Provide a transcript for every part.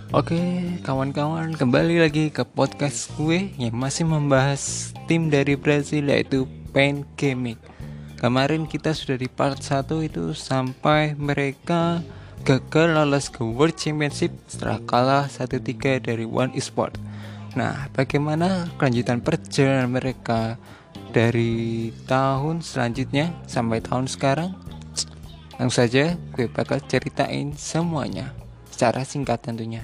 Oke, kawan-kawan, kembali lagi ke podcast gue yang masih membahas tim dari Brazil yaitu Pain Gaming. Kemarin kita sudah di part 1 itu sampai mereka gagal lolos ke World Championship setelah kalah 1-3 dari One Esport. Nah, bagaimana kelanjutan perjalanan mereka dari tahun selanjutnya sampai tahun sekarang? Langsung saja gue bakal ceritain semuanya secara singkat tentunya.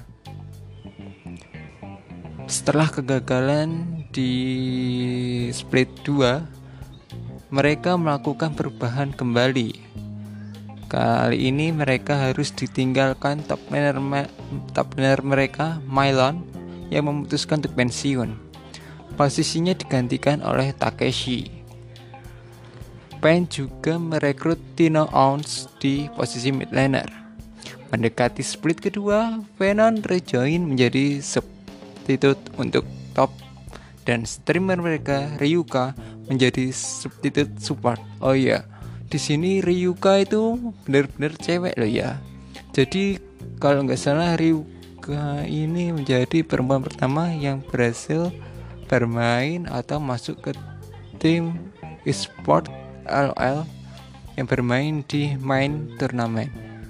Setelah kegagalan di split 2, mereka melakukan perubahan kembali. Kali ini mereka harus ditinggalkan top laner mereka, Mylon, yang memutuskan untuk pensiun. Posisinya digantikan oleh Takeshi. Pain juga merekrut Tino Ounce di posisi mid laner. Mendekati split kedua, Venom rejoin menjadi substitute untuk top dan streamer mereka Ryuka menjadi substitute support. Oh iya, di sini Ryuka itu benar-benar cewek loh ya. Jadi kalau nggak salah Ryuka ini menjadi perempuan pertama yang berhasil bermain atau masuk ke tim e-sport LOL yang bermain di main turnamen.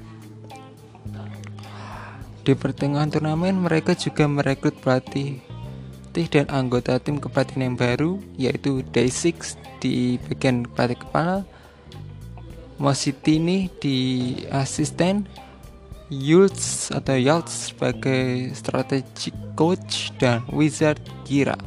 Di pertengahan turnamen mereka juga merekrut pelatih dan anggota tim kepelatihan yang baru yaitu Day6 di bagian pelatih kepala, Mositini di asisten, Yultz sebagai strategic coach, dan Wizard Gira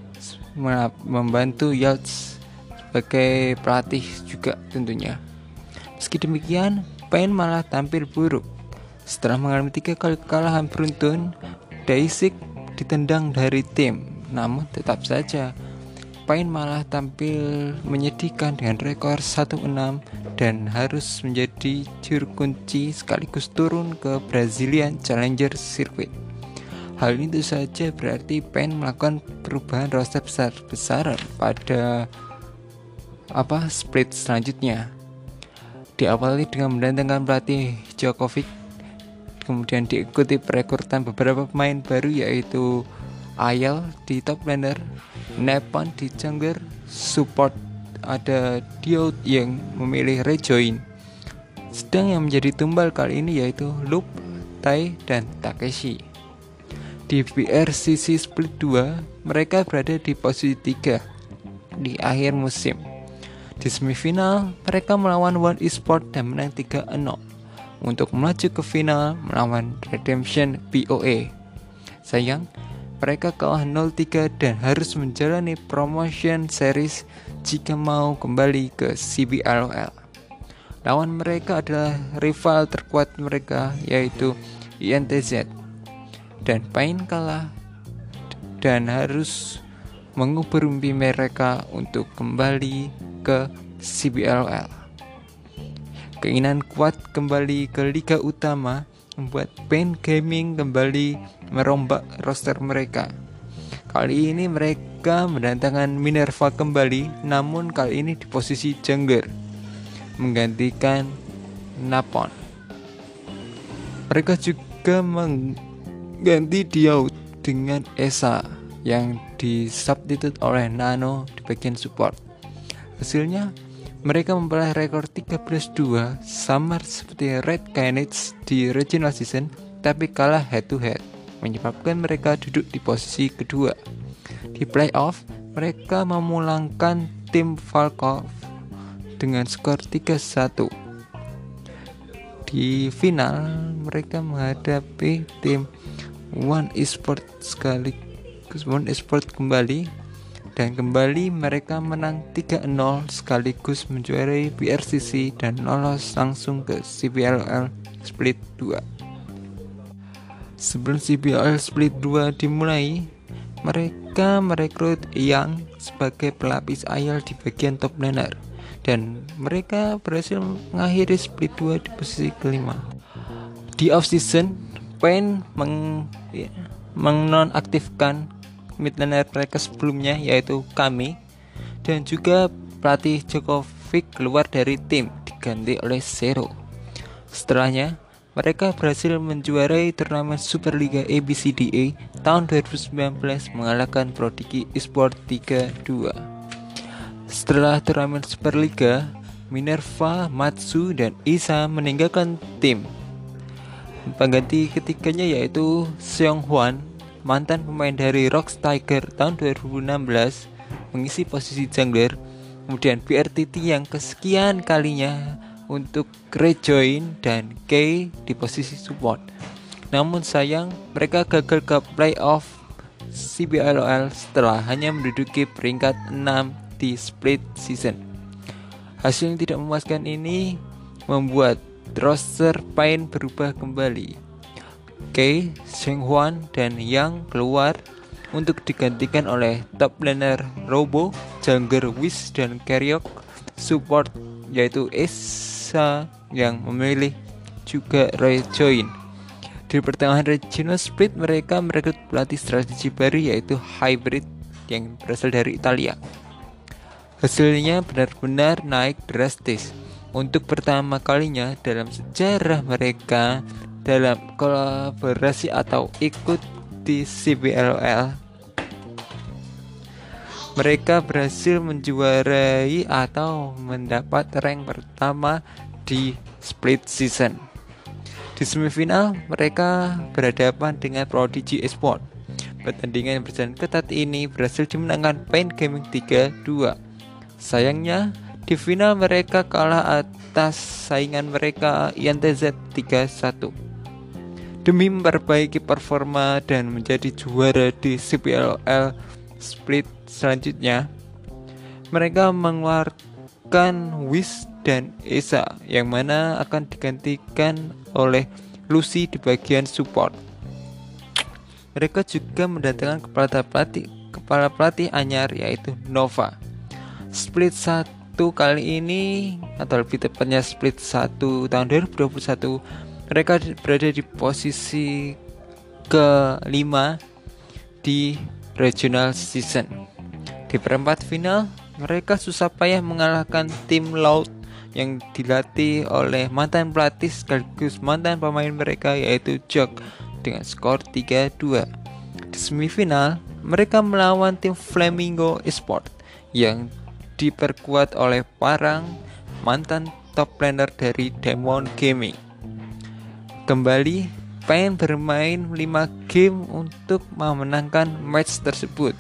membantu Yultz sebagai pelatih juga tentunya. Meski demikian, Pain malah tampil buruk. Setelah mengalami 3 kali kekalahan beruntun, Day6 ditendang dari tim. Namun tetap saja Pain malah tampil menyedihkan dengan rekor 1-6 dan harus menjadi juru kunci sekaligus turun ke Brazilian Challenger Circuit. Hal ini tentu saja berarti Pain melakukan perubahan roster besar-besaran pada split selanjutnya. Diawali dengan mendatangkan pelatih Djokovic, kemudian diikuti perekrutan beberapa pemain baru yaitu Ayel di top laner, Nepon di jungler, support ada Diot yang memilih rejoin. Sedang yang menjadi tumbal kali ini yaitu Loop, Tai, dan Takeshi. Di BRCC Split 2, mereka berada di posisi 3 di akhir musim. Di semifinal, mereka melawan One Esport dan menang 3-0 untuk melaju ke final melawan Redemption BOE. Sayang, mereka kalah 0-3 dan harus menjalani promotion series jika mau kembali ke CBLOL. Lawan mereka adalah rival terkuat mereka yaitu INTZ. Dan Pain kalah dan harus mengubur mimpi mereka untuk kembali ke CBLOL. Keinginan kuat kembali ke liga utama membuat Pain Gaming kembali merombak roster mereka. Kali ini mereka mendatangkan Minerva kembali, namun kali ini di posisi jungler menggantikan Napon. Mereka juga mengganti Diaut dengan Esa yang disubstitute oleh Nano di bagian support. Hasilnya mereka memperoleh rekor 13-2 sama seperti Red Canids di regional season, tapi kalah head to head, menyebabkan mereka duduk di posisi kedua. Di playoff, mereka memulangkan tim Falkov dengan skor 3-1. Di final, mereka menghadapi tim One Esport kembali. Dan kembali mereka menang 3-0 sekaligus menjuarai BRCC dan lolos langsung ke CBLOL Split 2. Sebelum CBLOL Split 2 dimulai, mereka merekrut Yang sebagai pelapis Ayel di bagian top laner. Dan mereka berhasil mengakhiri Split 2 di posisi kelima. Di off-season, Pain menonaktifkan mid laner mereka sebelumnya yaitu Kami, dan juga pelatih Djokovic keluar dari tim diganti oleh Zero. Setelahnya mereka berhasil menjuarai turnamen Superliga ABCDA tahun 2019 mengalahkan Prodigi Esport 3-2. Setelah turnamen Superliga, Minerva, Matsu, dan Isa meninggalkan tim. Pengganti ketiganya yaitu Seong Hwan, mantan pemain dari Rocks Tiger tahun 2016, mengisi posisi jungler. Kemudian BRTT yang kesekian kalinya untuk rejoin dan Kay di posisi support. Namun sayang mereka gagal ke playoff CBLOL setelah hanya menduduki peringkat 6 di split season. Hasil yang tidak memuaskan ini membuat roster Pain berubah kembali. Kay, Seonghwan, dan Yang keluar untuk digantikan oleh top laner Robo, jungler Wiz, dan Keryok support yaitu Esa yang memilih juga rejoin. Di pertengahan regional split mereka merekrut pelatih strategi baru yaitu Hybrid yang berasal dari Italia. Hasilnya benar-benar naik drastis. Untuk pertama kalinya dalam sejarah mereka dalam kolaborasi atau ikut di CBLOL, mereka berhasil menjuarai atau mendapat rank pertama di split season. Di semifinal mereka berhadapan dengan Prodigy Esport. Pertandingan yang berjalan ketat ini berhasil dimenangkan Pain Gaming 3-2. Sayangnya di final mereka kalah atas saingan mereka INTZ 3-1. Demi memperbaiki performa dan menjadi juara di CBLOL split selanjutnya, mereka mengeluarkan Wiz dan Esa yang mana akan digantikan oleh Lucy di bagian support. Mereka juga mendatangkan kepala pelatih anyar yaitu Nova. Split 1 kali ini atau lebih tepatnya split 1 tahun 2021, mereka berada di posisi ke-5 di regional season. Di perempat final, mereka susah payah mengalahkan tim Loud yang dilatih oleh mantan pelatih sekaligus mantan pemain mereka yaitu Jok dengan skor 3-2. Di semifinal, mereka melawan tim Flamingo Esport yang diperkuat oleh Parang, mantan top laner dari Demon Gaming. Kembali, Pain bermain 5 game untuk memenangkan match tersebut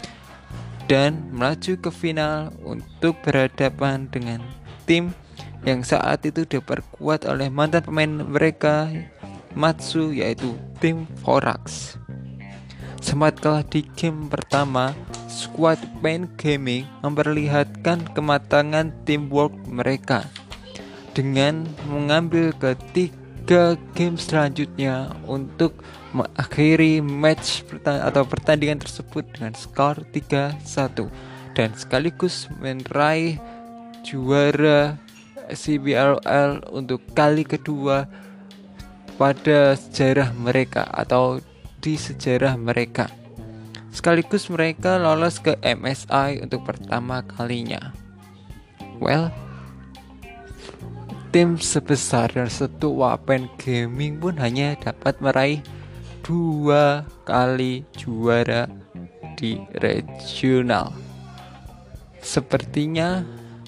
dan melaju ke final untuk berhadapan dengan tim yang saat itu diperkuat oleh mantan pemain mereka Matsu yaitu tim Forax. Sempat kalah di game pertama, skuad Pain Gaming memperlihatkan kematangan teamwork mereka dengan mengambil ketiga game selanjutnya untuk mengakhiri match atau pertandingan tersebut dengan skor 3-1 dan sekaligus meraih juara CBLOL untuk kali kedua pada sejarah mereka atau di sejarah mereka. Sekaligus mereka lolos ke MSI untuk pertama kalinya. Well, tim sebesar dan setua Pain Gaming pun hanya dapat meraih 2 kali juara di regional. Sepertinya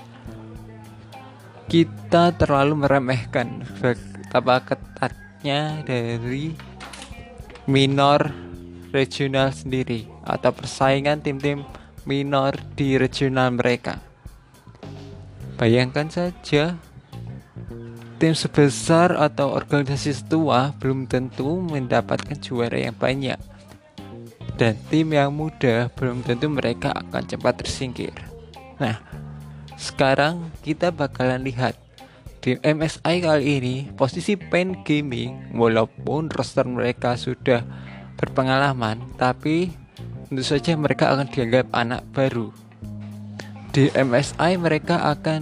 kita terlalu meremehkan betapa ketatnya dari minor regional sendiri atau persaingan tim-tim minor di regional mereka. Bayangkan saja, tim sebesar atau organisasi setua belum tentu mendapatkan juara yang banyak, dan tim yang muda belum tentu mereka akan cepat tersingkir. Nah, sekarang kita bakalan lihat di MSI kali ini posisi Pain Gaming, walaupun roster mereka sudah berpengalaman, tapi tentu saja mereka akan dianggap anak baru. Di MSI mereka akan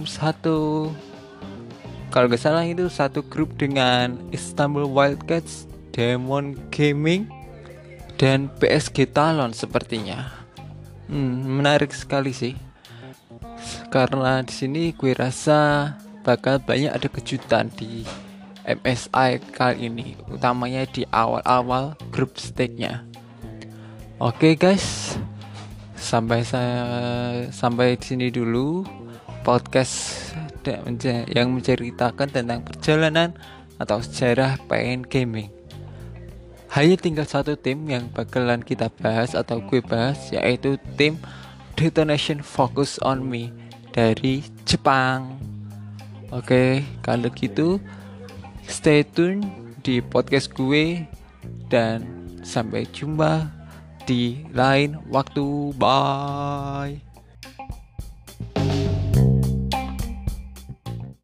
kalau gak salah itu satu grup dengan Istanbul Wildcats, Demon Gaming, dan PSG Talon sepertinya. Menarik sekali sih. Karena di sini gue rasa bakal banyak ada kejutan di MSI kali ini, utamanya di awal-awal grup stage-nya. Oke guys, sampai di sini dulu podcast yang menceritakan tentang perjalanan atau sejarah PN Gaming. Hanya tinggal satu tim yang bakalan kita bahas atau gue bahas, yaitu tim Detonation Focus on Me dari Jepang. Oke, kalau gitu stay tune di podcast gue dan sampai jumpa di lain waktu. Bye.